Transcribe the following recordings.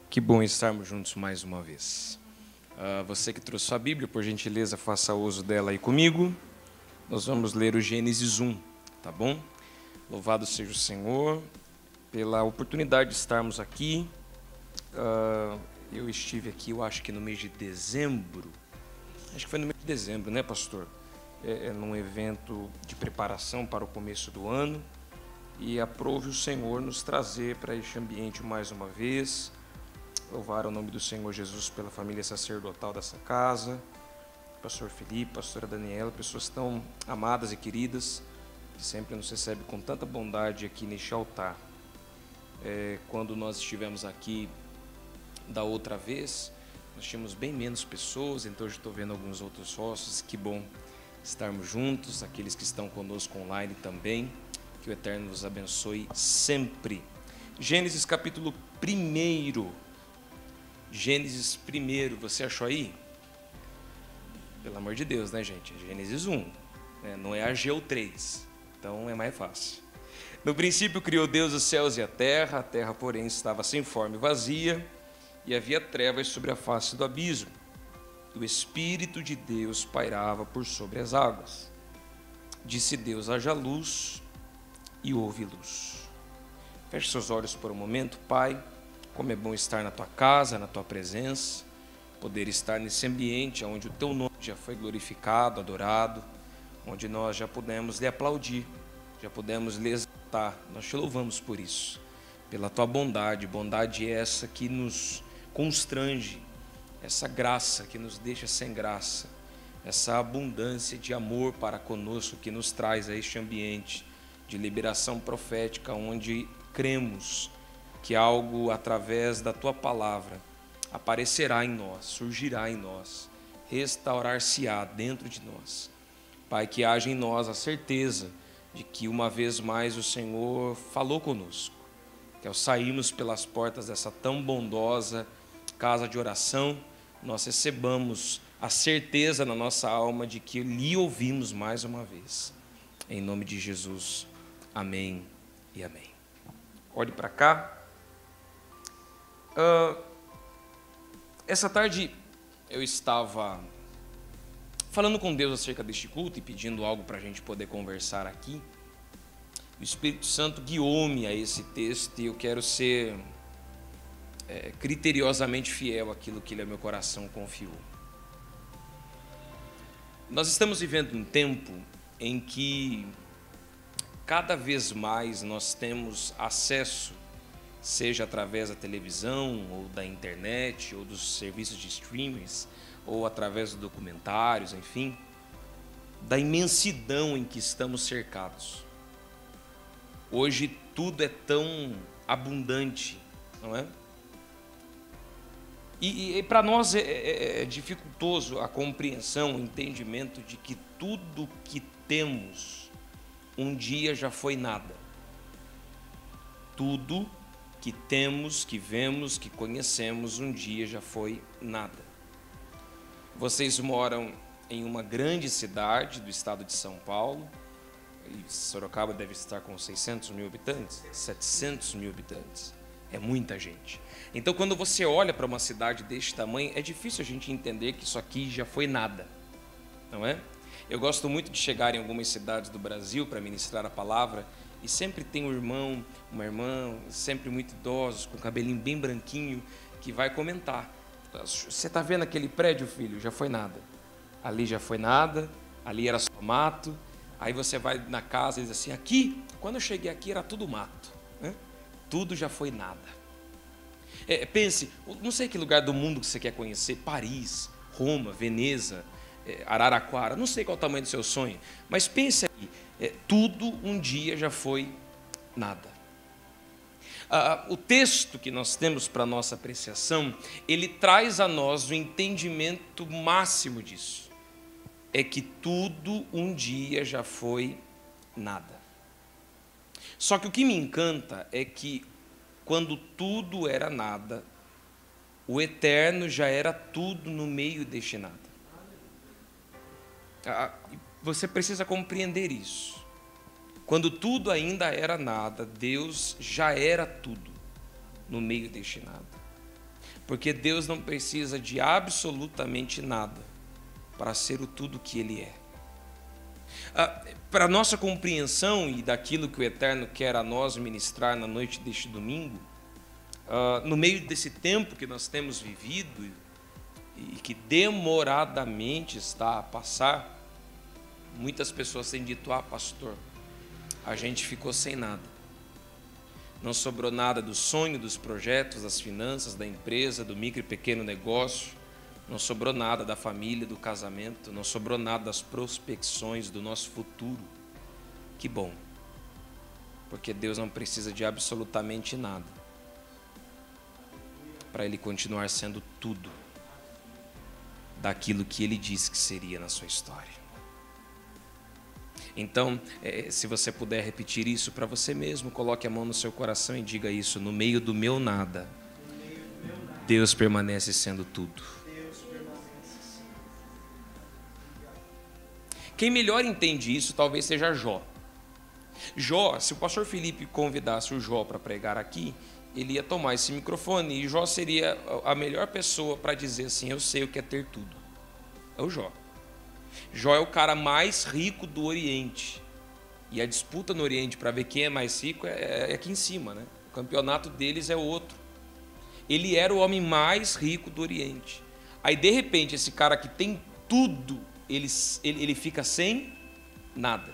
Que bom estarmos juntos mais uma vez. Você que trouxe sua Bíblia, por gentileza, faça uso dela aí comigo. Nós vamos ler o Gênesis 1, tá bom? Louvado seja o Senhor pela oportunidade de estarmos aqui. Eu estive aqui, eu acho que no mês de dezembro. Acho que foi no mês de dezembro, né, pastor? Num evento de preparação para o começo do ano. E aprove o Senhor nos trazer para este ambiente mais uma vez. Louvar o nome do Senhor Jesus pela família sacerdotal dessa casa, pastor Felipe, pastora Daniela, pessoas tão amadas e queridas, que sempre nos recebem com tanta bondade aqui neste altar. Quando nós estivemos aqui da outra vez, nós tínhamos bem menos pessoas, então hoje estou vendo alguns outros sócios, que bom estarmos juntos, aqueles que estão conosco online também, que o Eterno nos abençoe sempre. Gênesis capítulo 1. Gênesis 1, você achou aí? Pelo amor de Deus, né, gente? É Gênesis 1, né? Não é Ageu 3, então é mais fácil. No princípio criou Deus os céus e a terra, porém estava sem forma e vazia, e havia trevas sobre a face do abismo. O Espírito de Deus pairava por sobre as águas. Disse Deus: haja luz, e houve luz. Feche seus olhos por um momento, Pai. Como é bom estar na Tua casa, na Tua presença, poder estar nesse ambiente onde o Teu nome já foi glorificado, adorado, onde nós já pudemos lhe aplaudir, já pudemos lhe exaltar. Nós Te louvamos por isso, pela Tua bondade, bondade essa que nos constrange, essa graça que nos deixa sem graça, essa abundância de amor para conosco que nos traz a este ambiente de liberação profética, onde cremos que algo através da Tua palavra aparecerá em nós, surgirá em nós, restaurar-se-á dentro de nós. Pai, que haja em nós a certeza de que uma vez mais o Senhor falou conosco, que ao sairmos pelas portas dessa tão bondosa casa de oração, nós recebamos a certeza na nossa alma de que lhe ouvimos mais uma vez. Em nome de Jesus, amém e amém. Olhe para cá. Essa tarde eu estava falando com Deus acerca deste culto e pedindo algo para a gente poder conversar aqui. O Espírito Santo guiou-me a esse texto e eu quero ser criteriosamente fiel àquilo que Ele, ao meu coração, confiou. Nós estamos vivendo um tempo em que cada vez mais nós temos acesso, seja através da televisão, ou da internet, ou dos serviços de streamings, ou através de documentários, enfim, da imensidão em que estamos cercados. Hoje tudo é tão abundante, não é? E para nós é dificultoso a compreensão, o entendimento de que tudo que temos um dia já foi nada. Tudo que temos, que vemos, que conhecemos, um dia já foi nada. Vocês moram em uma grande cidade do estado de São Paulo, e Sorocaba deve estar com 600 mil habitantes, 700 mil habitantes, é muita gente. Então, quando você olha para uma cidade deste tamanho, é difícil a gente entender que isso aqui já foi nada, não é? Eu gosto muito de chegar em algumas cidades do Brasil para ministrar a palavra, e sempre tem um irmão, uma irmã, sempre muito idosos, com cabelinho bem branquinho, que vai comentar. Você está vendo aquele prédio, filho? Já foi nada. Ali já foi nada, ali era só mato. Aí você vai na casa e diz assim, aqui, quando eu cheguei aqui era tudo mato, né? Tudo já foi nada. Pense, não sei que lugar do mundo que você quer conhecer, Paris, Roma, Veneza, Araraquara, não sei qual o tamanho do seu sonho, mas pense aí, tudo um dia já foi nada. O texto que nós temos para nossa apreciação, ele traz a nós o entendimento máximo disso. É que tudo um dia já foi nada. Só que o que me encanta é que quando tudo era nada, o Eterno já era tudo no meio deste nada. Você precisa compreender isso. Quando tudo ainda era nada, Deus já era tudo no meio deste nada. Porque Deus não precisa de absolutamente nada para ser o tudo que Ele é. Para nossa compreensão e daquilo que o Eterno quer a nós ministrar na noite deste domingo, no meio desse tempo que nós temos vivido e que demoradamente está a passar, muitas pessoas têm dito: pastor, a gente ficou sem nada. Não sobrou nada do sonho, dos projetos, das finanças, da empresa, do micro e pequeno negócio. Não sobrou nada da família, do casamento. Não sobrou nada das prospecções do nosso futuro. Que bom. Porque Deus não precisa de absolutamente nada para Ele continuar sendo tudo daquilo que Ele disse que seria na sua história. Então, se você puder repetir isso para você mesmo, coloque a mão no seu coração e diga isso: no meio do meu nada, Deus permanece sendo tudo. Quem melhor entende isso talvez seja Jó. Jó, se o pastor Felipe convidasse o Jó para pregar aqui, ele ia tomar esse microfone e Jó seria a melhor pessoa para dizer assim: eu sei o que é ter tudo. É o Jó. Jó é o cara mais rico do Oriente. E a disputa no Oriente para ver quem é mais rico é aqui em cima, né? O campeonato deles é outro. Ele era o homem mais rico do Oriente. Aí, de repente, esse cara que tem tudo, ele fica sem nada.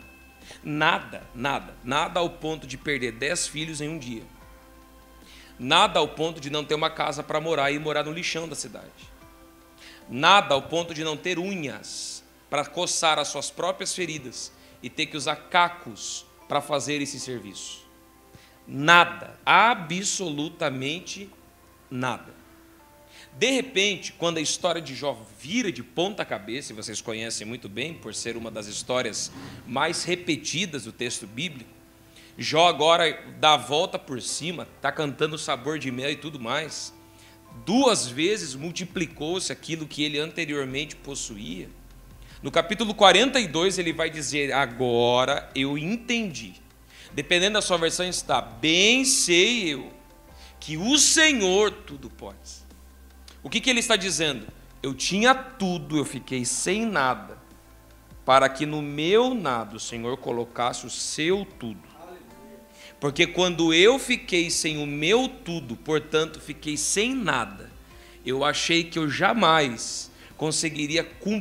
Nada ao ponto de perder 10 filhos em um dia. Nada ao ponto de não ter uma casa para morar e morar no lixão da cidade. Nada ao ponto de não ter unhas para coçar as suas próprias feridas e ter que usar cacos para fazer esse serviço. Nada, absolutamente nada. De repente, quando a história de Jó vira de ponta cabeça, e vocês conhecem muito bem, por ser uma das histórias mais repetidas do texto bíblico, Jó agora dá a volta por cima, está cantando sabor de mel e tudo mais. 2 vezes multiplicou-se aquilo que ele anteriormente possuía. No capítulo 42 ele vai dizer: agora eu entendi. Dependendo da sua versão está: bem sei eu que o Senhor tudo pode. O que ele está dizendo? Eu tinha tudo, eu fiquei sem nada, para que no meu nada o Senhor colocasse o seu tudo. Porque quando eu fiquei sem o meu tudo, portanto fiquei sem nada, eu achei que eu jamais conseguiria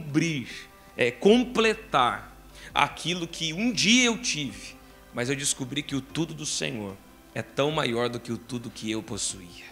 completar aquilo que um dia eu tive, mas eu descobri que o tudo do Senhor é tão maior do que o tudo que eu possuía.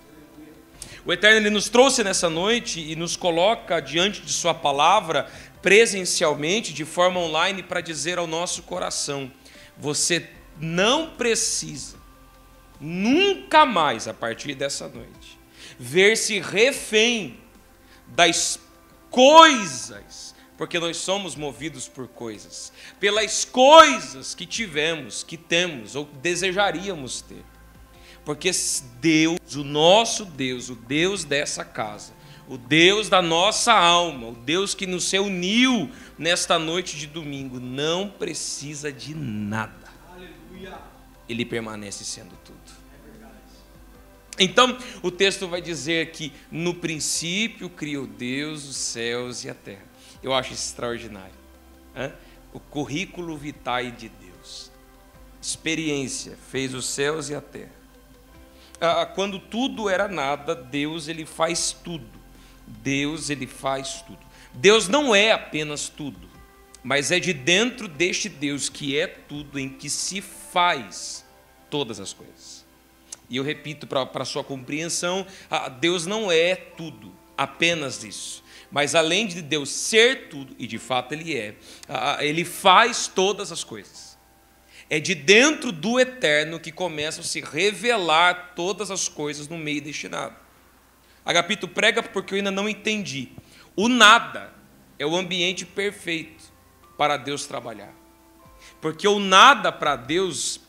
O Eterno, Ele nos trouxe nessa noite e nos coloca diante de sua palavra presencialmente, de forma online, para dizer ao nosso coração: você não precisa nunca mais, a partir dessa noite, ver-se refém das coisas, porque nós somos movidos por coisas, pelas coisas que tivemos, que temos ou desejaríamos ter. Porque Deus, o nosso Deus, o Deus dessa casa, o Deus da nossa alma, o Deus que nos reuniu nesta noite de domingo, não precisa de nada. Ele permanece sendo tudo. Então, o texto vai dizer que no princípio criou Deus os céus e a terra. Eu acho extraordinário. O currículo vitae de Deus. Experiência, fez os céus e a terra. Quando tudo era nada, Deus, Ele faz tudo. Deus, Ele faz tudo. Deus não é apenas tudo, mas é de dentro deste Deus que é tudo, em que se faz todas as coisas. E eu repito para a sua compreensão, Deus não é tudo, apenas isso. Mas além de Deus ser tudo, e de fato Ele é, Ele faz todas as coisas. É de dentro do Eterno que começam a se revelar todas as coisas no meio deste nada. Agapito, prega porque eu ainda não entendi. O nada é o ambiente perfeito para Deus trabalhar. Porque o nada para Deus,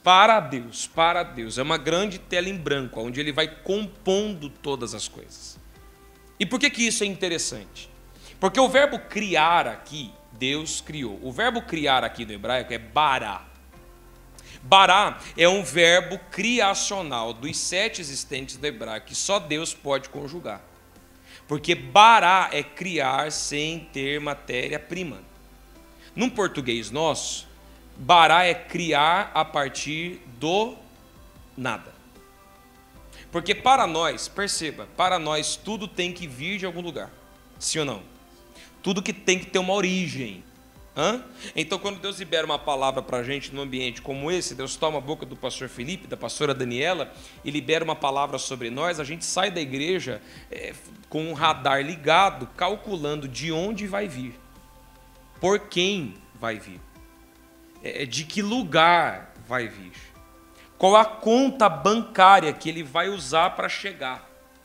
é uma grande tela em branco, onde Ele vai compondo todas as coisas. E por que isso é interessante? Porque o verbo criar aqui, Deus criou. O verbo criar aqui no hebraico é bará. Bará é um verbo criacional dos 7 existentes do hebraico que só Deus pode conjugar. Porque bará é criar sem ter matéria-prima. Num português nosso, bará é criar a partir do nada. Porque para nós, perceba, para nós tudo tem que vir de algum lugar. Sim ou não? Tudo que tem que ter uma origem. Então, quando Deus libera uma palavra para a gente num ambiente como esse, Deus toma a boca do pastor Felipe, da pastora Daniela, e libera uma palavra sobre nós, a gente sai da igreja com um radar ligado, calculando de onde vai vir, por quem vai vir, de que lugar vai vir, qual a conta bancária que ele vai usar para chegar.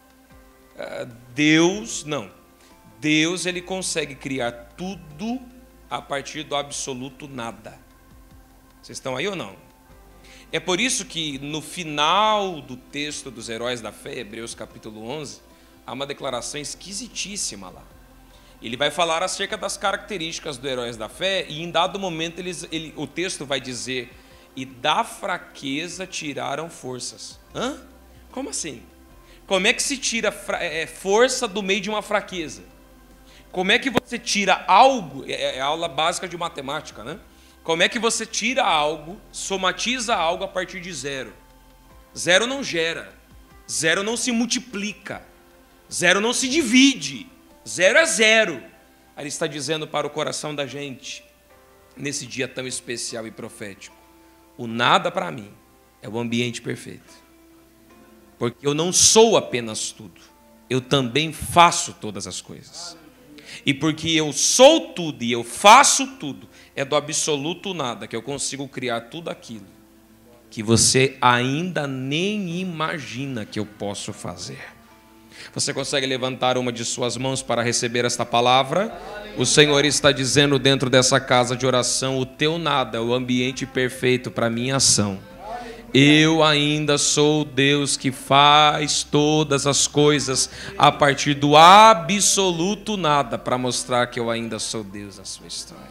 Deus, não. Deus, ele consegue criar tudo a partir do absoluto nada. Vocês estão aí ou não? É por isso que no final do texto dos heróis da fé, Hebreus capítulo 11, há uma declaração esquisitíssima lá. Ele vai falar acerca das características dos heróis da fé e em dado momento o texto vai dizer: e da fraqueza tiraram forças. Como assim? Como é que se tira força do meio de uma fraqueza? Como é que você tira algo, é a aula básica de matemática, né? Como é que você tira algo, somatiza algo a partir de zero? Zero não gera, zero não se multiplica, zero não se divide, zero é zero. Aí ele está dizendo para o coração da gente, nesse dia tão especial e profético: o nada para mim é o ambiente perfeito. Porque eu não sou apenas tudo, eu também faço todas as coisas. E porque eu sou tudo e eu faço tudo, é do absoluto nada que eu consigo criar tudo aquilo que você ainda nem imagina que eu posso fazer. Você consegue levantar uma de suas mãos para receber esta palavra? O Senhor está dizendo dentro dessa casa de oração: o teu nada é o ambiente perfeito para a minha ação. Eu ainda sou Deus que faz todas as coisas a partir do absoluto nada, para mostrar que eu ainda sou Deus na sua história.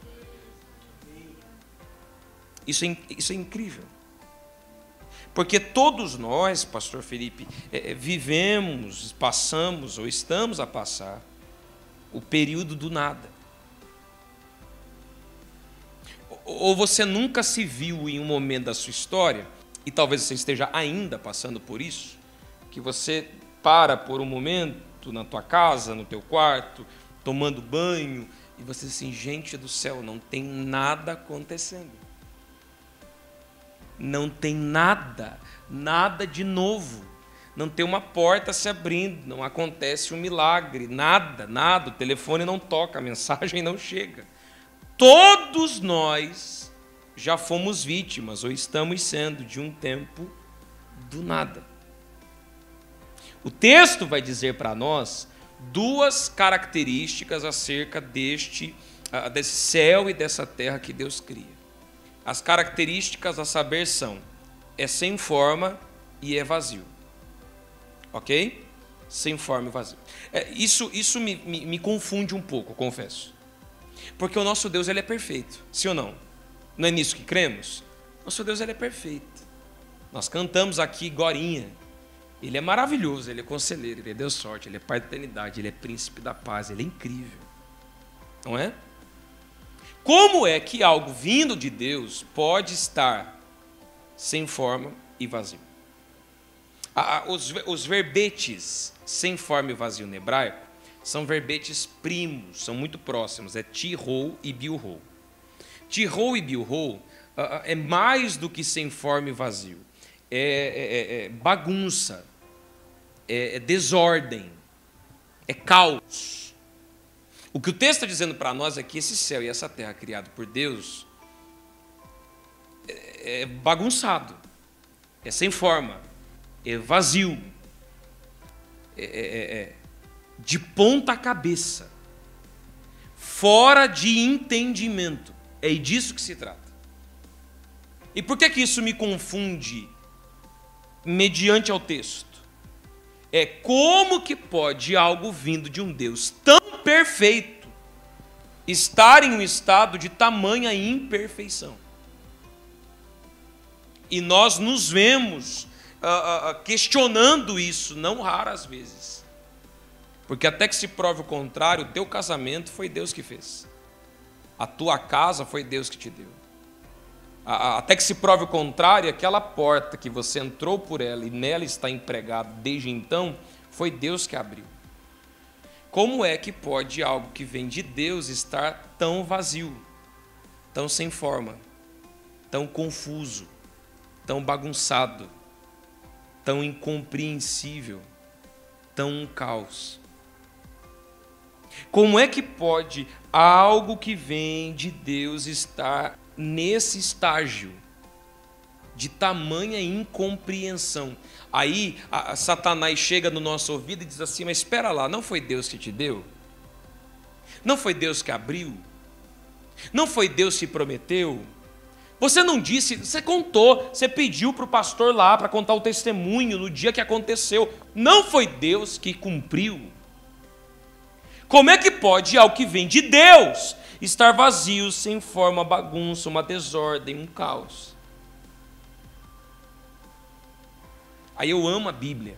Isso é incrível. Porque todos nós, pastor Felipe, vivemos, passamos ou estamos a passar o período do nada. Ou você nunca se viu em um momento da sua história, e talvez você esteja ainda passando por isso, que você para por um momento na tua casa, no teu quarto, tomando banho, e você diz assim: gente do céu, não tem nada acontecendo. Não tem nada de novo. Não tem uma porta se abrindo, não acontece um milagre, nada, o telefone não toca, a mensagem não chega. Todos nós já fomos vítimas ou estamos sendo de um tempo do nada. O texto vai dizer para nós 2 características acerca desse céu e dessa terra que Deus cria. As características a saber são: é sem forma e é vazio. Ok? Sem forma e vazio. Isso me confunde um pouco, confesso. Porque o nosso Deus, ele é perfeito, sim ou não? Não é nisso que cremos? Nosso Deus, ele é perfeito. Nós cantamos aqui gorinha. Ele é maravilhoso, ele é conselheiro, ele é Deus sorte, ele é Pai da eternidade, ele é príncipe da paz, ele é incrível. Não é? Como é que algo vindo de Deus pode estar sem forma e vazio? Os verbetes sem forma e vazio no hebraico são verbetes primos, são muito próximos, é tirou e bilrou. Tirou e bilrou é mais do que sem forma e vazio, é bagunça, é desordem, é caos. O que o texto está dizendo para nós é que esse céu e essa terra criado por Deus é bagunçado, é sem forma, é vazio, de ponta cabeça, fora de entendimento. É disso que se trata. E por que isso me confunde mediante ao texto? É como que pode algo vindo de um Deus tão perfeito estar em um estado de tamanha imperfeição? E nós nos vemos questionando isso, não raras vezes. Porque até que se prove o contrário, o teu casamento foi Deus que fez. A tua casa foi Deus que te deu. Até que se prove o contrário, aquela porta que você entrou por ela e nela está empregado desde então, foi Deus que abriu. Como é que pode algo que vem de Deus estar tão vazio, tão sem forma, tão confuso, tão bagunçado, tão incompreensível, tão um caos? Como é que pode algo que vem de Deus estar nesse estágio de tamanha incompreensão? Aí Satanás chega no nosso ouvido e diz assim: mas espera lá, não foi Deus que te deu? Não foi Deus que abriu? Não foi Deus que prometeu? Você não disse, você contou, você pediu para o pastor lá para contar o testemunho no dia que aconteceu. Não foi Deus que cumpriu? Como é que pode algo que vem de Deus estar vazio, sem forma, bagunça, uma desordem, um caos? Aí eu amo a Bíblia,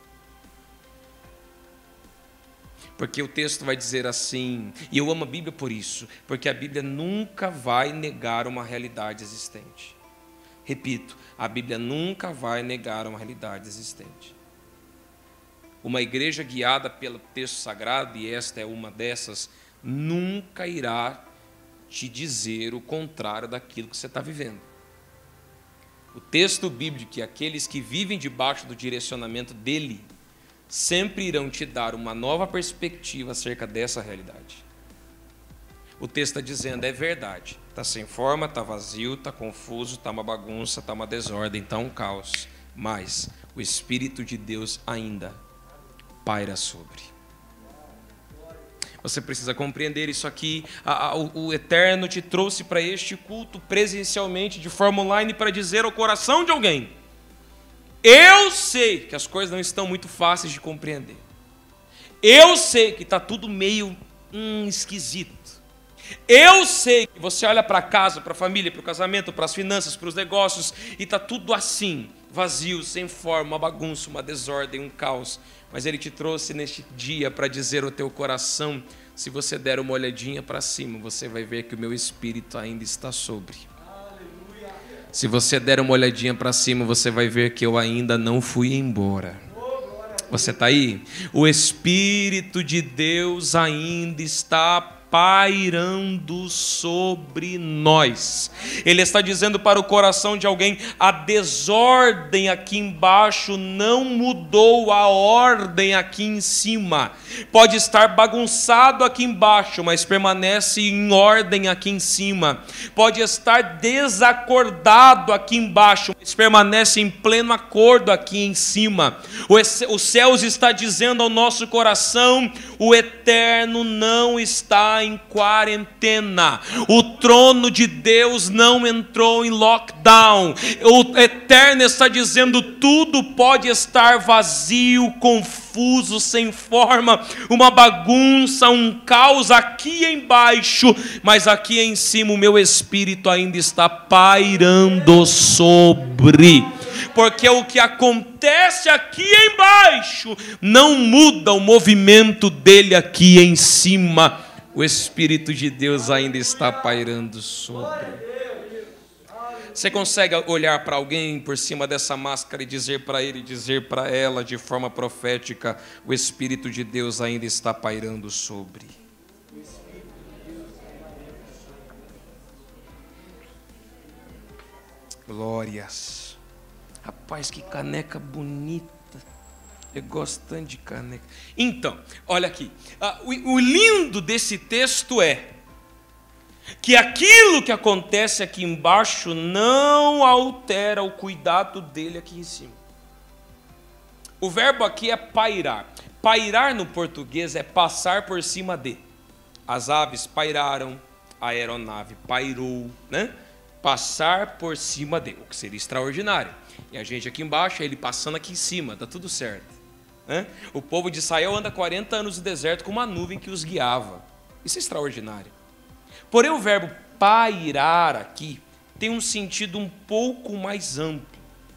porque o texto vai dizer assim, e eu amo a Bíblia por isso, porque a Bíblia nunca vai negar uma realidade existente. Repito, a Bíblia nunca vai negar uma realidade existente. Uma igreja guiada pelo texto sagrado, e esta é uma dessas, nunca irá te dizer o contrário daquilo que você está vivendo. O texto bíblico, que aqueles que vivem debaixo do direcionamento dele, sempre irão te dar uma nova perspectiva acerca dessa realidade. O texto está dizendo, é verdade, está sem forma, está vazio, está confuso, está uma bagunça, está uma desordem, está um caos, mas o Espírito de Deus ainda paira sobre. Você precisa compreender isso aqui. O Eterno te trouxe para este culto presencialmente, de forma online, para dizer ao coração de alguém: eu sei que as coisas não estão muito fáceis de compreender. Eu sei que está tudo meio esquisito. Eu sei que você olha para a casa, para a família, para o casamento, para as finanças, para os negócios, e está tudo assim, vazio, sem forma, uma bagunça, uma desordem, um caos. Mas Ele te trouxe neste dia para dizer ao teu coração: se você der uma olhadinha para cima, você vai ver que o meu Espírito ainda está sobre. Se você der uma olhadinha para cima, você vai ver que eu ainda não fui embora. Você está aí? O Espírito de Deus ainda está pairando sobre nós. Ele está dizendo para o coração de alguém: a desordem aqui embaixo não mudou a ordem aqui em cima. Pode estar bagunçado aqui embaixo, mas permanece em ordem aqui em cima. Pode estar desacordado aqui embaixo, mas permanece em pleno acordo aqui em cima. Os céus está dizendo ao nosso coração: o Eterno não está em quarentena. O trono de Deus não entrou em lockdown. O Eterno está dizendo: tudo pode estar vazio, confuso, sem forma, uma bagunça, um caos aqui embaixo, mas aqui em cima o meu Espírito ainda está pairando sobre. Porque o que acontece aqui embaixo não muda o movimento dele aqui em cima. O Espírito de Deus ainda está pairando sobre. Você consegue olhar para alguém por cima dessa máscara e dizer para ele, dizer para ela de forma profética: o Espírito de Deus ainda está pairando sobre. Glórias. Rapaz, que caneca bonita. Eu gosto tanto de caneca. Então, olha aqui. O lindo desse texto é que aquilo que acontece aqui embaixo não altera o cuidado dele aqui em cima. O verbo aqui é pairar. Pairar no português é passar por cima de. As aves pairaram, a aeronave pairou, né? Passar por cima de, o que seria extraordinário. E a gente aqui embaixo, ele passando aqui em cima, tá tudo certo. Né? O povo de Israel anda 40 anos no deserto com uma nuvem que os guiava. Isso é extraordinário. Porém, o verbo pairar aqui tem um sentido um pouco mais amplo.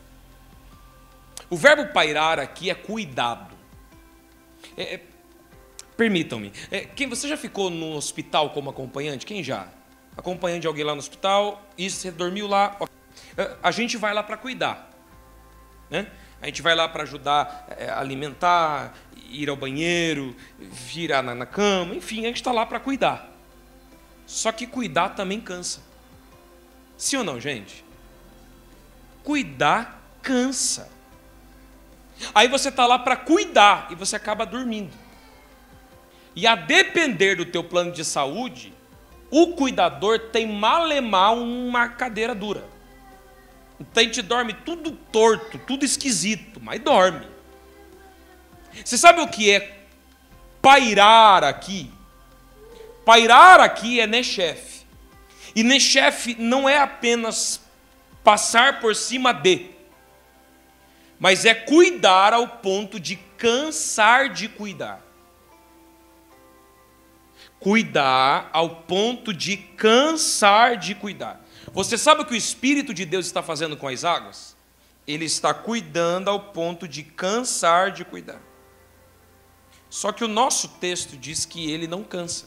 O verbo pairar aqui é cuidado. Permitam-me. Você já ficou no hospital como acompanhante? Quem já? Acompanhante de alguém lá no hospital, isso, você dormiu lá. A gente vai lá para cuidar, né? A gente vai lá para ajudar a alimentar, ir ao banheiro, virar na cama, enfim, a gente está lá para cuidar. Só que cuidar também cansa. Sim ou não, gente? Cuidar cansa. Aí você está lá para cuidar e você acaba dormindo. E a depender do teu plano de saúde, o cuidador tem malemar uma cadeira dura. Então a gente dorme tudo torto, tudo esquisito, mas dorme. Você sabe o que é pairar aqui? Pairar aqui é nechef. E nechef não é apenas passar por cima de, mas é cuidar ao ponto de cansar de cuidar. Cuidar ao ponto de cansar de cuidar. Você sabe o que o Espírito de Deus está fazendo com as águas? Ele está cuidando ao ponto de cansar de cuidar. Só que o nosso texto diz que ele não cansa.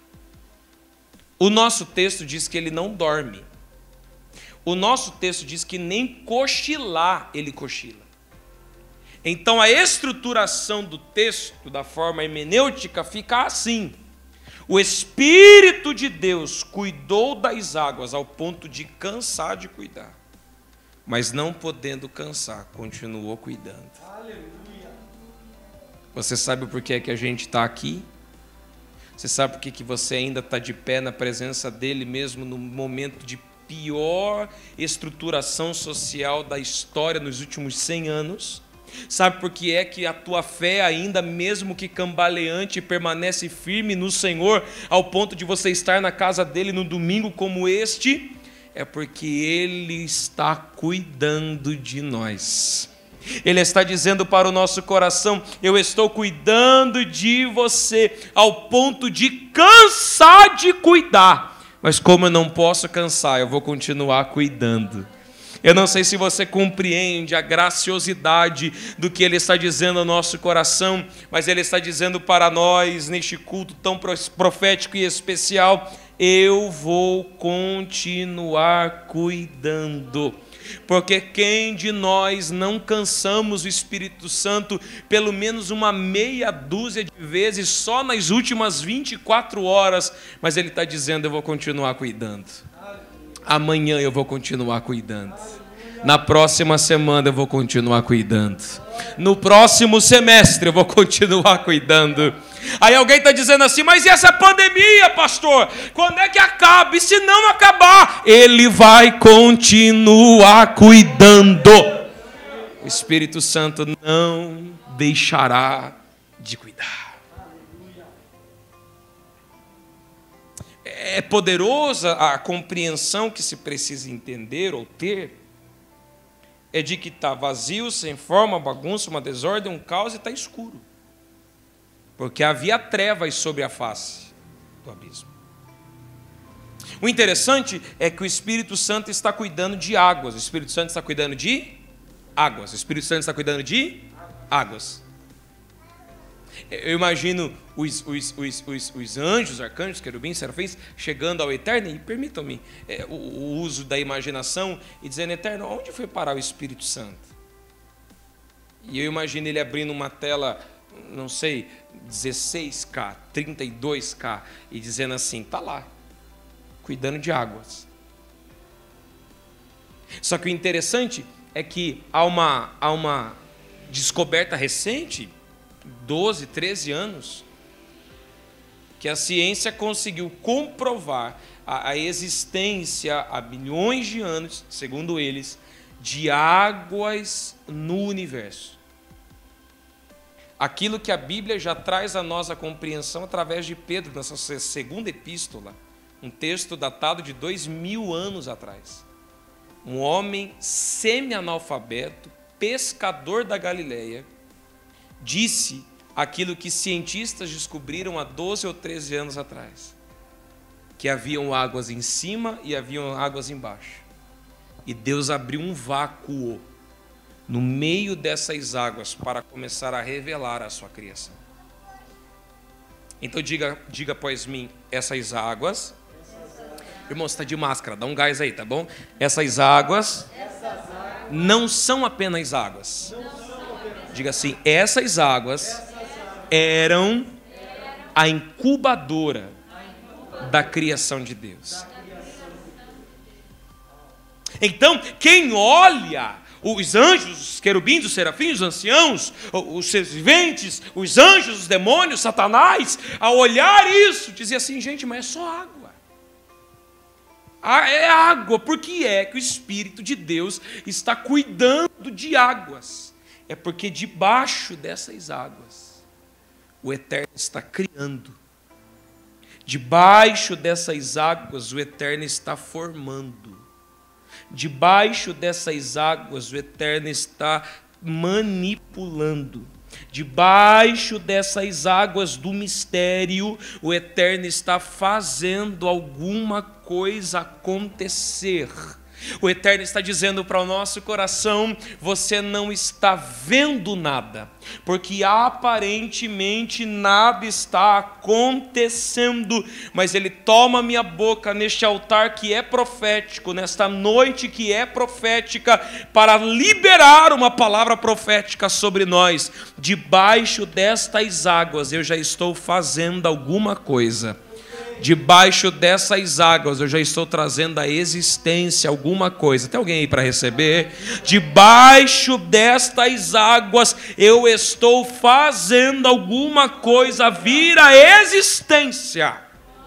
O nosso texto diz que ele não dorme. O nosso texto diz que nem cochilar ele cochila. Então a estruturação do texto, da forma hermenêutica, fica assim. O Espírito de Deus cuidou das águas ao ponto de cansar de cuidar. Mas não podendo cansar, continuou cuidando. Aleluia. Você sabe por que é que a gente está aqui? Você sabe por que você ainda está de pé na presença dele, mesmo no momento de pior estruturação social da história nos últimos 100 anos? Sabe por que é que a tua fé, ainda mesmo que cambaleante, permanece firme no Senhor, ao ponto de você estar na casa dele no domingo como este? É porque ele está cuidando de nós. Ele está dizendo para o nosso coração: eu estou cuidando de você, ao ponto de cansar de cuidar. Mas como eu não posso cansar, eu vou continuar cuidando. Eu não sei se você compreende a graciosidade do que ele está dizendo ao nosso coração, mas ele está dizendo para nós, neste culto tão profético e especial: eu vou continuar cuidando. Porque quem de nós não cansamos o Espírito Santo pelo menos uma meia dúzia de vezes só nas últimas 24 horas, mas ele está dizendo: eu vou continuar cuidando. Amanhã eu vou continuar cuidando. Na próxima semana eu vou continuar cuidando. No próximo semestre eu vou continuar cuidando. Aí alguém está dizendo assim: mas e essa pandemia, pastor? Quando é que acaba? E se não acabar? Ele vai continuar cuidando. O Espírito Santo não deixará de cuidar. É poderosa a compreensão que se precisa entender ou ter. É de que está vazio, sem forma, bagunça, uma desordem, um caos e está escuro. Porque havia trevas sobre a face do abismo. O interessante é que o Espírito Santo está cuidando de águas. O Espírito Santo está cuidando de águas. O Espírito Santo está cuidando de águas. Eu imagino os anjos, arcanjos, querubins, serafins, chegando ao Eterno, e permitam-me o uso da imaginação, e dizendo: Eterno, onde foi parar o Espírito Santo? E eu imagino ele abrindo uma tela, não sei, 16K, 32K, e dizendo assim: está lá, cuidando de águas. Só que o interessante é que há uma descoberta recente, 12, 13 anos, que a ciência conseguiu comprovar a existência há bilhões de anos, segundo eles, de águas no universo. Aquilo que a Bíblia já traz a nós a compreensão através de Pedro, nessa segunda epístola, um texto datado de 2000 anos atrás. Um homem semi-analfabeto, pescador da Galileia, disse aquilo que cientistas descobriram há 12 ou 13 anos atrás: que haviam águas em cima e haviam águas embaixo. E Deus abriu um vácuo no meio dessas águas para começar a revelar a sua criação. Então diga após mim, essas águas. Irmão, você está de máscara, dá um gás aí, tá bom? Essas águas não são apenas águas. Diga assim, essas águas eram a incubadora da criação de Deus. Então, quem olha os anjos, os querubins, os serafins, os anciãos, os seres viventes, os anjos, os demônios, Satanás, ao olhar isso, dizia assim, gente, mas é só água. É água. Por que é que o Espírito de Deus está cuidando de águas? É porque debaixo dessas águas, o Eterno está criando. Debaixo dessas águas, o Eterno está formando. Debaixo dessas águas, o Eterno está manipulando. Debaixo dessas águas do mistério, o Eterno está fazendo alguma coisa acontecer. O Eterno está dizendo para o nosso coração, você não está vendo nada, porque aparentemente nada está acontecendo, mas Ele toma minha boca neste altar que é profético, nesta noite que é profética, para liberar uma palavra profética sobre nós. Debaixo destas águas eu já estou fazendo alguma coisa. Debaixo dessas águas eu já estou trazendo à existência alguma coisa. Tem alguém aí para receber? Debaixo destas águas eu estou fazendo alguma coisa vir à existência.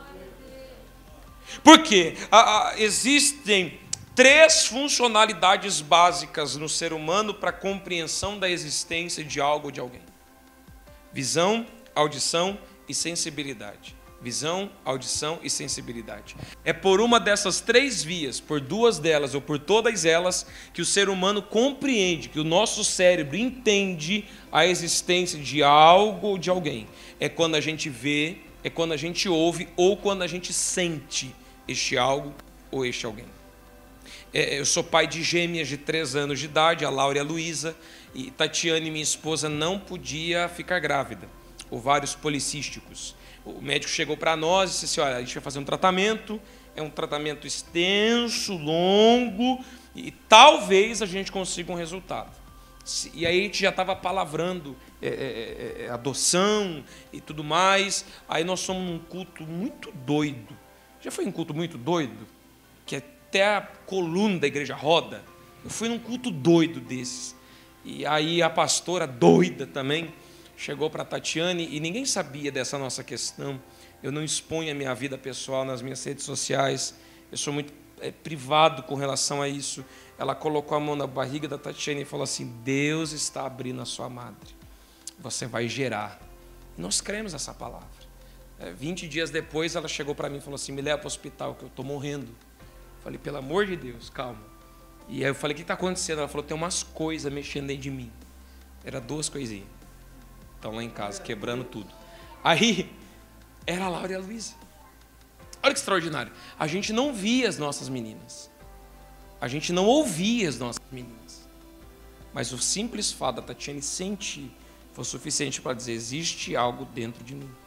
Por quê? Existem 3 funcionalidades básicas no ser humano para a compreensão da existência de algo ou de alguém: visão, audição e sensibilidade. Visão, audição e sensibilidade. É por uma dessas 3 vias, por 2 delas ou por todas elas, que o ser humano compreende, que o nosso cérebro entende a existência de algo ou de alguém. É quando a gente vê, é quando a gente ouve ou quando a gente sente este algo ou este alguém. Eu sou pai de gêmeas de 3 anos de idade, a Laura e a Luísa, e Tatiane, minha esposa, não podia ficar grávida. Ovários policísticos. O médico chegou para nós e disse assim, olha, a gente vai fazer um tratamento, é um tratamento extenso, longo, e talvez a gente consiga um resultado. E aí a gente já estava palavrando adoção e tudo mais. Aí nós fomos num culto muito doido. Já foi um culto muito doido? Que até a coluna da igreja roda. Eu fui num culto doido desses. E aí a pastora doida também chegou para a Tatiane, e ninguém sabia dessa nossa questão. Eu não exponho a minha vida pessoal nas minhas redes sociais, eu sou muito privado com relação a isso. Ela colocou a mão na barriga da Tatiane e falou assim, Deus está abrindo a sua madre, você vai gerar. E nós cremos essa palavra. 20 dias depois ela chegou para mim e falou assim, me leva para o hospital que eu estou morrendo. Eu falei, pelo amor de Deus, calma. E aí eu falei, o que está acontecendo? Ela falou, tem umas coisas mexendo dentro de mim. Era 2 coisinhas. Estão lá em casa, quebrando tudo. Aí, era a Laura e a Luísa. Olha que extraordinário. A gente não via as nossas meninas. A gente não ouvia as nossas meninas. Mas o simples fato da Tatiane sentir foi suficiente para dizer, existe algo dentro de mim.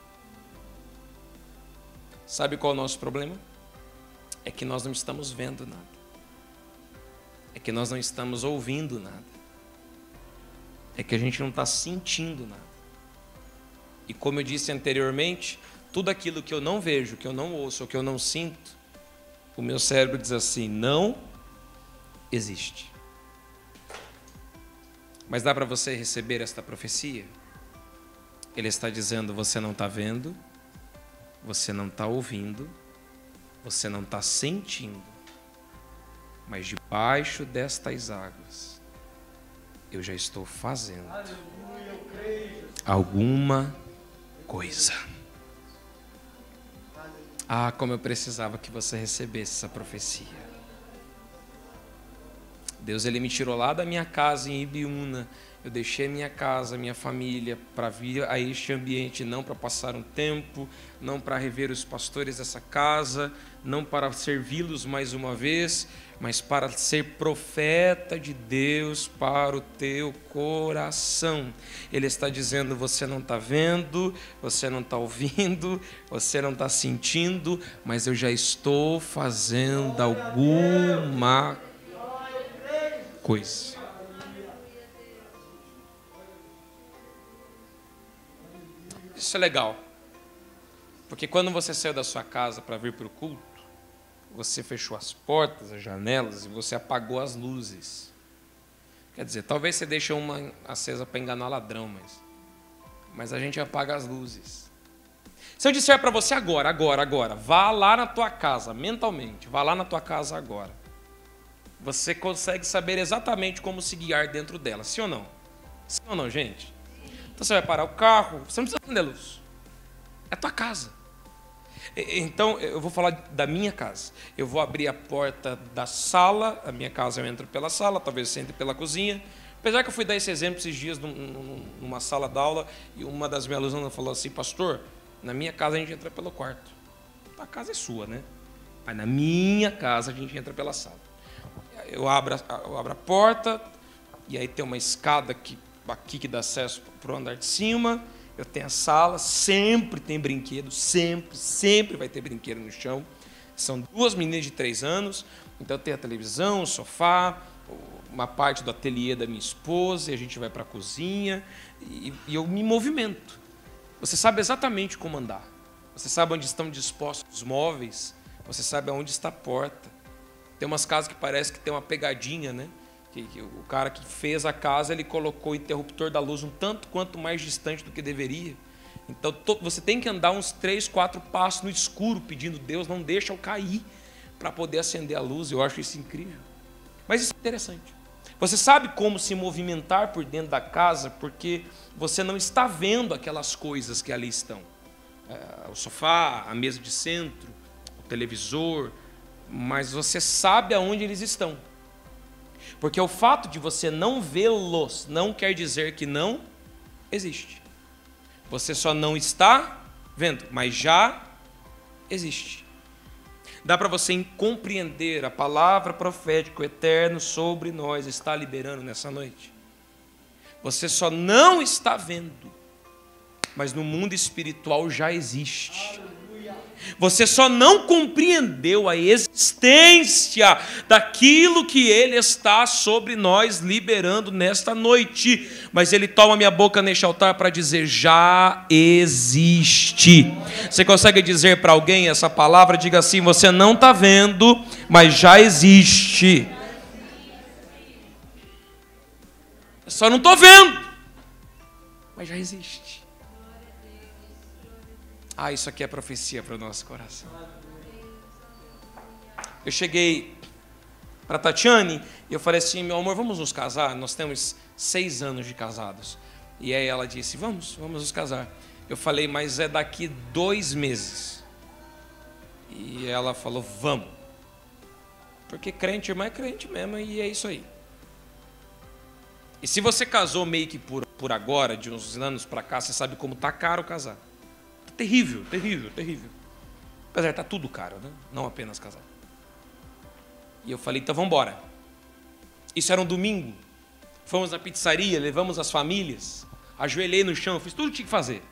Sabe qual é o nosso problema? É que nós não estamos vendo nada. É que nós não estamos ouvindo nada. É que a gente não está sentindo nada. E como eu disse anteriormente, tudo aquilo que eu não vejo, que eu não ouço, ou que eu não sinto, o meu cérebro diz assim, não existe. Mas dá para você receber esta profecia? Ele está dizendo, você não está vendo, você não está ouvindo, você não está sentindo, mas debaixo destas águas, eu já estou fazendo alguma coisa. Ah, como eu precisava que você recebesse essa profecia. Deus, Ele me tirou lá da minha casa em Ibiúna. Eu deixei minha casa, minha família, para vir a este ambiente, não para passar um tempo, não para rever os pastores dessa casa, não para servi-los mais uma vez, mas para ser profeta de Deus para o teu coração. Ele está dizendo, você não está vendo, você não está ouvindo, você não está sentindo, mas eu já estou fazendo alguma coisa. Isso é legal, porque quando você saiu da sua casa para vir para o culto, você fechou as portas, as janelas e você apagou as luzes. Quer dizer, talvez você deixe uma acesa para enganar ladrão, mas a gente apaga as luzes. Se eu disser para você agora, vá lá na tua casa, mentalmente, vá lá na tua casa agora. Você consegue saber exatamente como se guiar dentro dela, sim ou não? Sim ou não, gente? Então você vai parar o carro, você não precisa acender a luz. É a tua casa. Então eu vou falar da minha casa. Eu vou abrir a porta da sala, a minha casa eu entro pela sala, talvez você entre pela cozinha. Apesar que eu fui dar esse exemplo esses dias numa sala de aula, e uma das minhas alunas falou assim, pastor, na minha casa a gente entra pelo quarto. A casa é sua, né? Mas na minha casa a gente entra pela sala. Eu abro a porta, e aí tem uma escada aqui que dá acesso para o andar de cima. Eu tenho a sala, sempre tem brinquedo, sempre vai ter brinquedo no chão. São 2 meninas de 3 anos, então tem a televisão, o sofá, uma parte do ateliê da minha esposa, e a gente vai para a cozinha, e eu me movimento. Você sabe exatamente como andar. Você sabe onde estão dispostos os móveis, você sabe aonde está a porta. Tem umas casas que parece que tem uma pegadinha, né? Que o cara que fez a casa, ele colocou o interruptor da luz um tanto quanto mais distante do que deveria. Então você tem que andar uns 3, 4 passos no escuro, pedindo, Deus, não deixa eu cair, para poder acender a luz. Eu acho isso incrível. Mas isso é interessante. Você sabe como se movimentar por dentro da casa, porque você não está vendo aquelas coisas que ali estão. O sofá, a mesa de centro, o televisor, mas você sabe aonde eles estão. Porque o fato de você não vê-los não quer dizer que não existe. Você só não está vendo, mas já existe. Dá para você compreender a palavra profética, o eterno sobre nós está liberando nessa noite. Você só não está vendo, mas no mundo espiritual já existe. Você só não compreendeu a existência daquilo que Ele está sobre nós liberando nesta noite. Mas Ele toma minha boca neste altar para dizer, já existe. Você consegue dizer para alguém essa palavra? Diga assim, você não está vendo, mas já existe. Eu só não estou vendo, mas já existe. Isso aqui é profecia para o nosso coração. Eu cheguei para a Tatiane e eu falei assim, meu amor, vamos nos casar? Nós temos 6 anos de casados. E aí ela disse, vamos nos casar. Eu falei, mas é daqui 2 meses. E ela falou, vamos. Porque crente, irmã, é crente mesmo, e é isso aí. E se você casou meio que por agora, de uns anos para cá, você sabe como tá caro casar. Terrível. Apesar de estar tudo caro, né? Não apenas casar. E eu falei, então vamos embora. Isso era um domingo. Fomos na pizzaria, levamos as famílias. Ajoelhei no chão, fiz tudo o que tinha que fazer.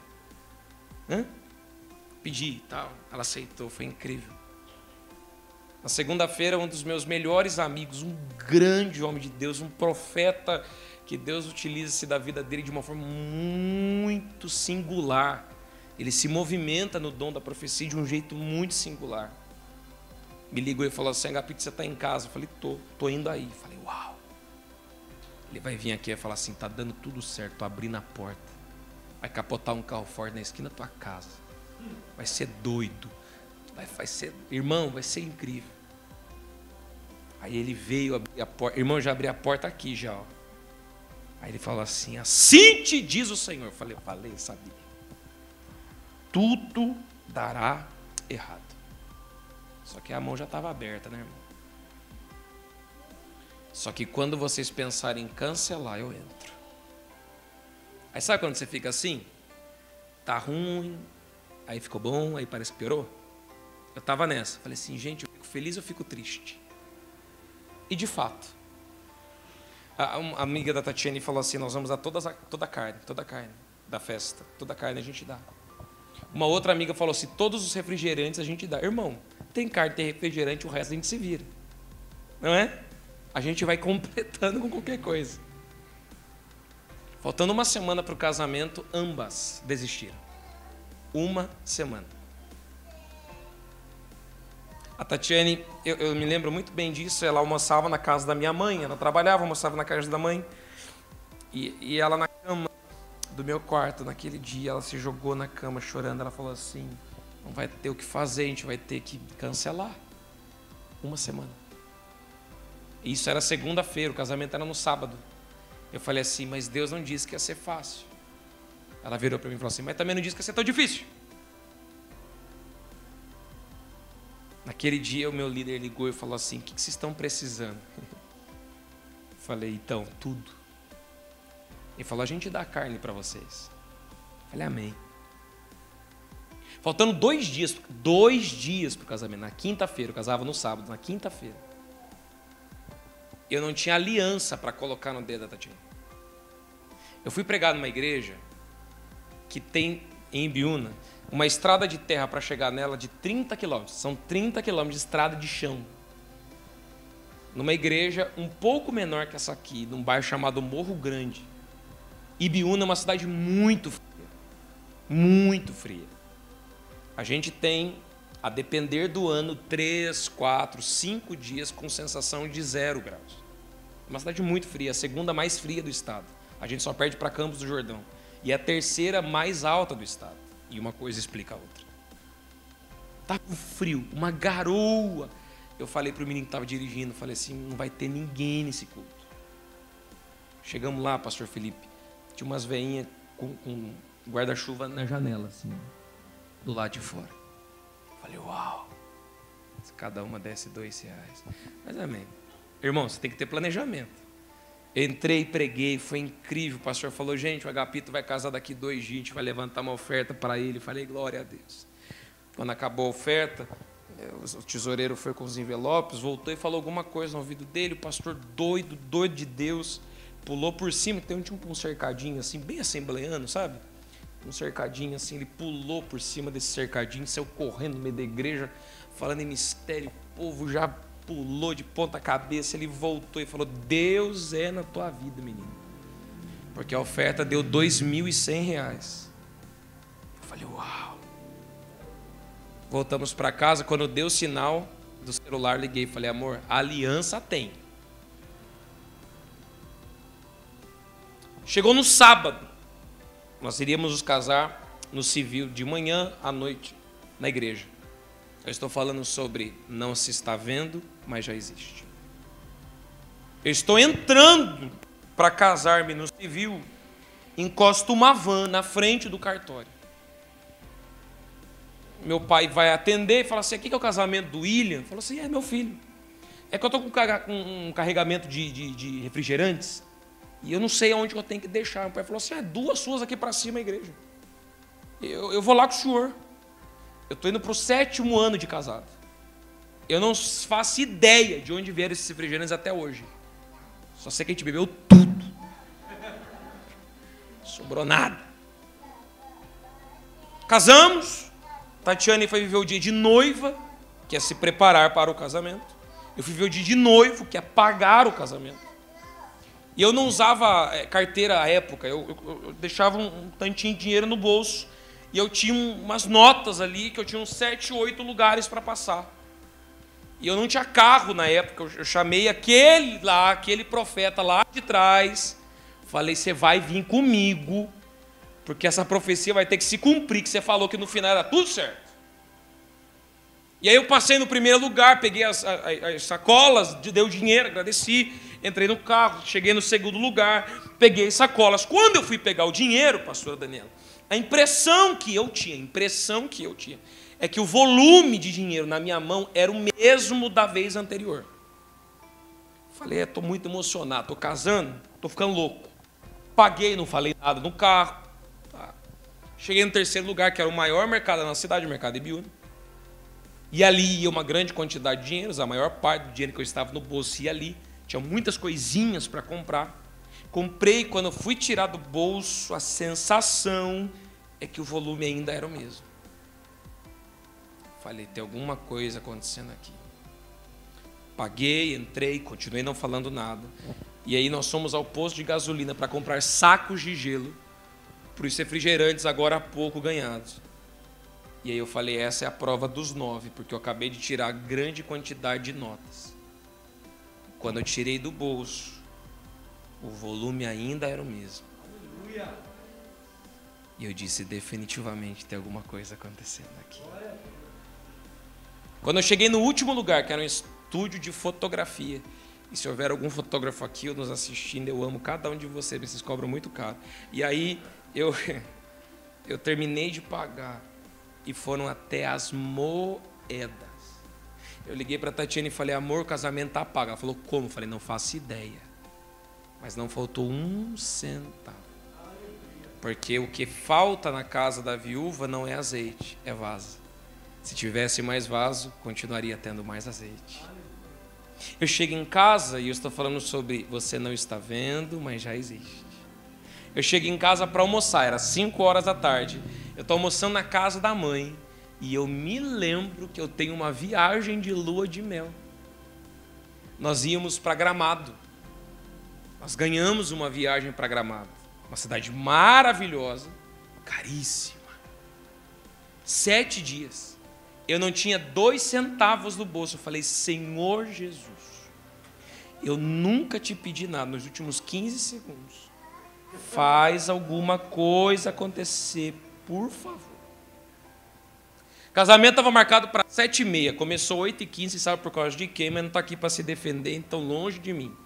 Pedi e tal. Ela aceitou, foi incrível. Na segunda-feira, um dos meus melhores amigos, um grande homem de Deus, um profeta, que Deus utiliza-se da vida dele de uma forma muito singular. Ele se movimenta no dom da profecia de um jeito muito singular. Me ligou e falou assim, Agapito, você está em casa? Eu falei, tô indo aí. Eu falei, uau. Ele vai vir aqui e falar assim, tá dando tudo certo, tô abrindo a porta. Vai capotar um carro forte na esquina da tua casa. Vai ser doido. Vai ser, irmão, vai ser incrível. Aí ele veio abrir a porta. Irmão, já abri a porta aqui já. Ó. Aí ele falou assim, assim te diz o Senhor. Eu falei, sabia. Tudo dará errado. Só que a mão já estava aberta, né, irmão? Só que quando vocês pensarem em cancelar, eu entro. Aí sabe quando você fica assim? Tá ruim, aí ficou bom, aí parece que piorou. Eu estava nessa. Falei assim, gente, eu fico feliz ou eu fico triste? E de fato, a amiga da Tatiane falou assim, nós vamos dar toda a carne da festa. Toda a carne a gente dá. Uma outra amiga falou assim, todos os refrigerantes a gente dá. Irmão, tem carne, tem refrigerante, o resto a gente se vira. Não é? A gente vai completando com qualquer coisa. Faltando uma semana para o casamento, ambas desistiram. Uma semana. A Tatiane, eu me lembro muito bem disso, ela almoçava na casa da minha mãe, ela trabalhava, almoçava na casa da mãe, e ela na cama do meu quarto, naquele dia, ela se jogou na cama chorando, ela falou assim, não vai ter o que fazer, a gente vai ter que cancelar. Uma semana. Isso era segunda-feira, o casamento era no sábado. Eu falei assim, mas Deus não disse que ia ser fácil. Ela virou para mim e falou assim, mas também não disse que ia ser tão difícil. Naquele dia o meu líder ligou e falou assim, o que vocês estão precisando? Eu falei, então, tudo. Ele falou, a gente dá carne para vocês. Eu falei, amém. Faltando 2 dias para o casamento, na quinta-feira, eu casava no sábado, na quinta-feira. Eu não tinha aliança para colocar no dedo da Tatiana. Eu fui pregar numa igreja que tem, em Ibiúna, uma estrada de terra para chegar nela de 30 quilômetros. São 30 quilômetros de estrada de chão. Numa igreja um pouco menor que essa aqui, num bairro chamado Morro Grande. Ibiúna é uma cidade muito fria. Muito fria. A gente tem, a depender do ano, 3, 4, 5 dias com sensação de 0 graus. É uma cidade muito fria, a segunda mais fria do estado. A gente só perde para Campos do Jordão. E é a terceira mais alta do estado. E uma coisa explica a outra. Tá com frio, uma garoa. Eu falei para o menino que estava dirigindo, falei assim, não vai ter ninguém nesse culto. Chegamos lá, pastor Felipe, tinha umas veinhas com guarda-chuva na janela, assim, do lado de fora. Falei, uau, se cada uma desse R$2. Mas amém. Irmão, você tem que ter planejamento. Entrei, preguei, foi incrível. O pastor falou, gente, o Agapito vai casar daqui 2 dias, a gente vai levantar uma oferta para ele. Falei, glória a Deus. Quando acabou a oferta, o tesoureiro foi com os envelopes, voltou e falou alguma coisa no ouvido dele. O pastor doido de Deus, pulou por cima, tinha um cercadinho assim, bem assembleano, sabe? Um cercadinho assim, ele pulou por cima desse cercadinho, saiu correndo no meio da igreja, falando em mistério, o povo já pulou de ponta cabeça, ele voltou e falou, Deus é na tua vida, menino. Porque a oferta deu R$2.100. Eu falei, uau. Voltamos para casa, quando deu o sinal do celular, liguei e falei, amor, a aliança tem. Chegou no sábado, nós iríamos nos casar no civil de manhã à noite na igreja. Eu estou falando sobre não se está vendo, mas já existe. Eu estou entrando para casar-me no civil, encosto uma van na frente do cartório. Meu pai vai atender e fala assim, aqui que é o casamento do William? Falou assim, é meu filho. É que eu estou com um carregamento de refrigerantes e eu não sei aonde eu tenho que deixar. Meu pai falou assim, 2 suas aqui para cima a igreja. Eu vou lá com o senhor. Eu estou indo para o 7º ano de casado. Eu não faço ideia de onde vieram esses refrigerantes até hoje. Só sei que a gente bebeu tudo. Sobrou nada. Casamos. Tatiane foi viver o dia de noiva, que é se preparar para o casamento. Eu fui viver o dia de noivo, que é pagar o casamento. E eu não usava carteira à época. Eu deixava um tantinho de dinheiro no bolso. E eu tinha umas notas ali, que eu tinha uns 7, 8 lugares para passar. E eu não tinha carro na época, eu chamei aquele profeta lá de trás. Falei, você vai vir comigo, porque essa profecia vai ter que se cumprir, que você falou que no final era tudo certo. E aí eu passei no primeiro lugar, peguei as sacolas, dei o dinheiro, agradeci, entrei no carro, cheguei no segundo lugar, peguei as sacolas. Quando eu fui pegar o dinheiro, pastora Daniela, a impressão que eu tinha é que o volume de dinheiro na minha mão era o mesmo da vez anterior. Falei, estou muito emocionado, estou casando, estou ficando louco. Paguei, não falei nada no carro. Tá. Cheguei no terceiro lugar, que era o maior mercado na cidade, o Mercado Ibiúna. E ali ia uma grande quantidade de dinheiro, a maior parte do dinheiro que eu estava no bolso ia ali. Tinha muitas coisinhas para comprar. Comprei, quando eu fui tirar do bolso, a sensação é que o volume ainda era o mesmo. Falei, tem alguma coisa acontecendo aqui. Paguei, entrei, continuei não falando nada. E aí nós fomos ao posto de gasolina para comprar sacos de gelo para os refrigerantes agora há pouco ganhados. E aí eu falei, essa é a prova dos 9, porque eu acabei de tirar grande quantidade de notas. Quando eu tirei do bolso, o volume ainda era o mesmo. Aleluia. E eu disse, definitivamente tem alguma coisa acontecendo aqui. Quando eu cheguei no último lugar, que era um estúdio de fotografia, e se houver algum fotógrafo aqui ou nos assistindo, eu amo cada um de vocês, vocês cobram muito caro. E aí eu terminei de pagar e foram até as moedas. Eu liguei para a Tatiana e falei, amor, o casamento está pago. Ela falou, como? Eu falei, não faço ideia. Mas não faltou um centavo. Porque o que falta na casa da viúva não é azeite, é vaso. Se tivesse mais vaso, continuaria tendo mais azeite. Eu chego em casa e eu estou falando sobre você não está vendo, mas já existe. Eu chego em casa para almoçar, era 5 horas da tarde. Eu estou almoçando na casa da mãe e eu me lembro que eu tenho uma viagem de lua de mel. Nós íamos para Gramado. Nós ganhamos uma viagem para Gramado. Uma cidade maravilhosa, caríssima. 7 dias. Eu não tinha 2 centavos no bolso. Eu falei, Senhor Jesus, eu nunca te pedi nada nos últimos 15 segundos. Faz alguma coisa acontecer, por favor. Casamento estava marcado para 7h30. Começou 8h15, sabe por causa de quê? Mas não está aqui para se defender, então longe de mim.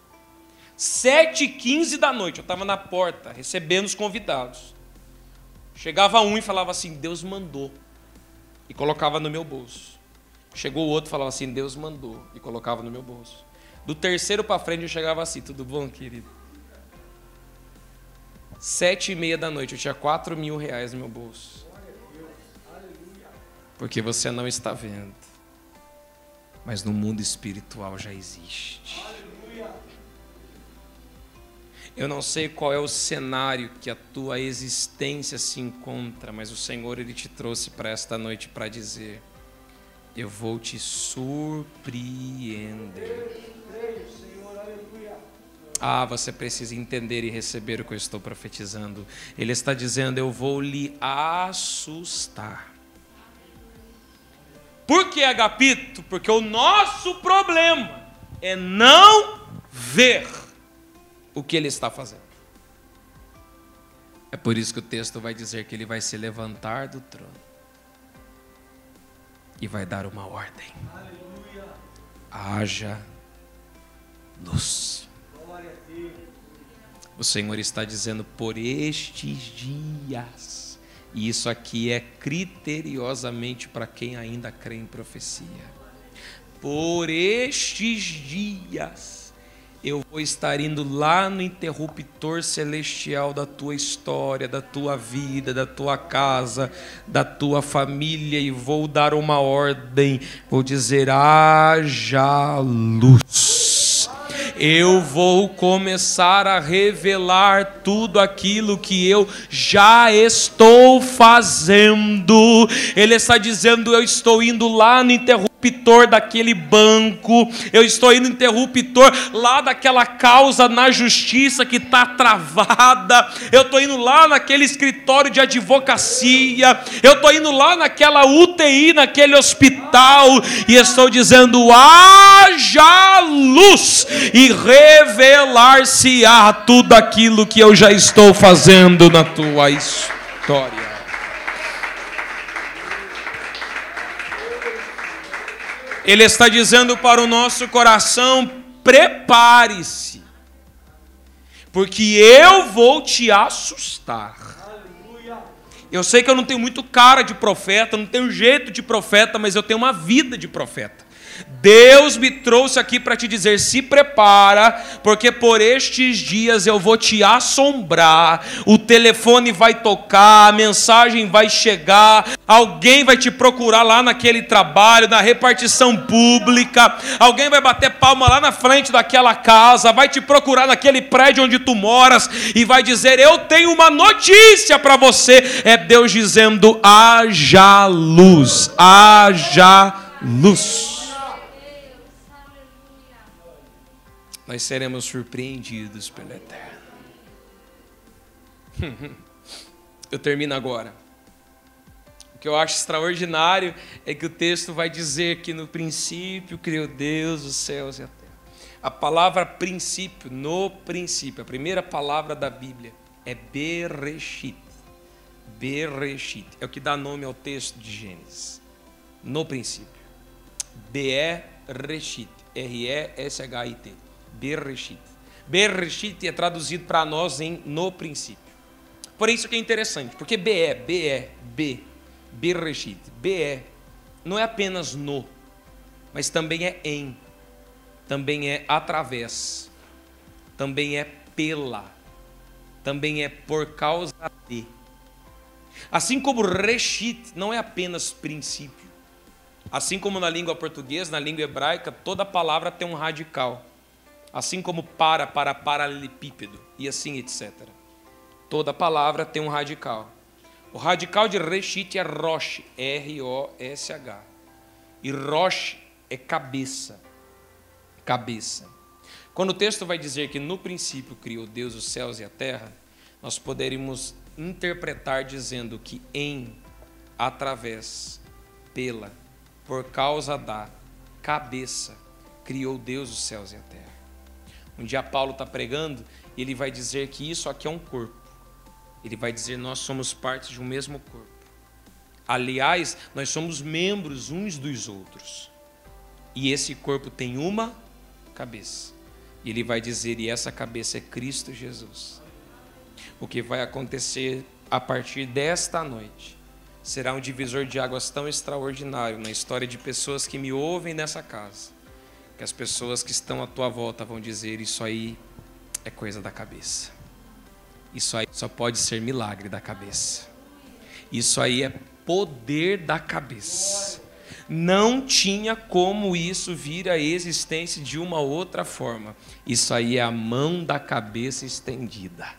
7h15 da noite, eu estava na porta, recebendo os convidados. Chegava um e falava assim, Deus mandou. E colocava no meu bolso. Chegou o outro e falava assim, Deus mandou. E colocava no meu bolso. Do terceiro para frente eu chegava assim, tudo bom, querido? 7h30 da noite, eu tinha R$4.000 no meu bolso. Porque você não está vendo. Mas no mundo espiritual já existe. Eu não sei qual é o cenário que a tua existência se encontra, mas o Senhor, Ele te trouxe para esta noite para dizer, eu vou te surpreender. Ah, você precisa entender e receber o que eu estou profetizando. Ele está dizendo, eu vou lhe assustar. Por que, Agapito? Porque o nosso problema é não ver o que ele está fazendo. É por isso que o texto vai dizer que ele vai se levantar do trono e vai dar uma ordem. Aleluia. Haja luz. Glória a Deus. O Senhor está dizendo por estes dias, e isso aqui é criteriosamente para quem ainda crê em profecia. Por estes dias eu vou estar indo lá no interruptor celestial da tua história, da tua vida, da tua casa, da tua família e vou dar uma ordem, vou dizer, haja luz. Eu vou começar a revelar tudo aquilo que eu já estou fazendo. Ele está dizendo, eu estou indo lá no interruptor daquele banco, eu estou indo no interruptor lá daquela causa na justiça que está travada, eu estou indo lá naquele escritório de advocacia, eu estou indo lá naquela UTI, naquele hospital, e estou dizendo, haja luz, e revelar-se-á tudo aquilo que eu já estou fazendo na tua história. Ele está dizendo para o nosso coração, prepare-se, porque eu vou te assustar. Eu sei que eu não tenho muito cara de profeta, não tenho jeito de profeta, mas eu tenho uma vida de profeta. Deus me trouxe aqui para te dizer, se prepara, porque por estes dias eu vou te assombrar, o telefone vai tocar, a mensagem vai chegar, alguém vai te procurar lá naquele trabalho, na repartição pública, alguém vai bater palma lá na frente daquela casa, vai te procurar naquele prédio onde tu moras e vai dizer, eu tenho uma notícia para você. É Deus dizendo, haja luz, haja luz. Nós seremos surpreendidos pelo Eterno. Eu termino agora. O que eu acho extraordinário é que o texto vai dizer que no princípio criou Deus os céus e a terra. A palavra princípio, no princípio, a primeira palavra da Bíblia é Bereshit. Bereshit é o que dá nome ao texto de Gênesis. No princípio. Bereshit. R-E-S-H-I-T. Bereshit. Bereshit é traduzido para nós em no princípio. Por isso que é interessante, porque B, Bereshit, não é apenas no, mas também é em, também é através, também é pela, também é por causa de. Assim como Reshit não é apenas princípio, assim como na língua portuguesa, na língua hebraica, toda palavra tem um radical. Assim como para paralelepípedo e assim etc. Toda palavra tem um radical. O radical de Reshit é Rosh, R-O-S-H. E Rosh é cabeça. Cabeça. Quando o texto vai dizer que no princípio criou Deus os céus e a terra, nós poderíamos interpretar dizendo que em, através, pela, por causa da, cabeça, criou Deus os céus e a terra. Um dia Paulo está pregando e ele vai dizer que isso aqui é um corpo. Ele vai dizer, nós somos parte de um mesmo corpo. Aliás, nós somos membros uns dos outros. E esse corpo tem uma cabeça. E ele vai dizer, e essa cabeça é Cristo Jesus. O que vai acontecer a partir desta noite será um divisor de águas tão extraordinário na história de pessoas que me ouvem nessa casa, que as pessoas que estão à tua volta vão dizer, isso aí é coisa da cabeça. Isso aí só pode ser milagre da cabeça. Isso aí é poder da cabeça. Não tinha como isso vir à existência de uma outra forma. Isso aí é a mão da cabeça estendida.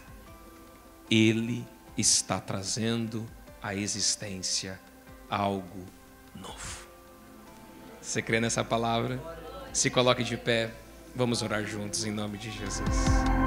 Ele está trazendo à existência algo novo. Você crê nessa palavra? Se coloque de pé, vamos orar juntos em nome de Jesus.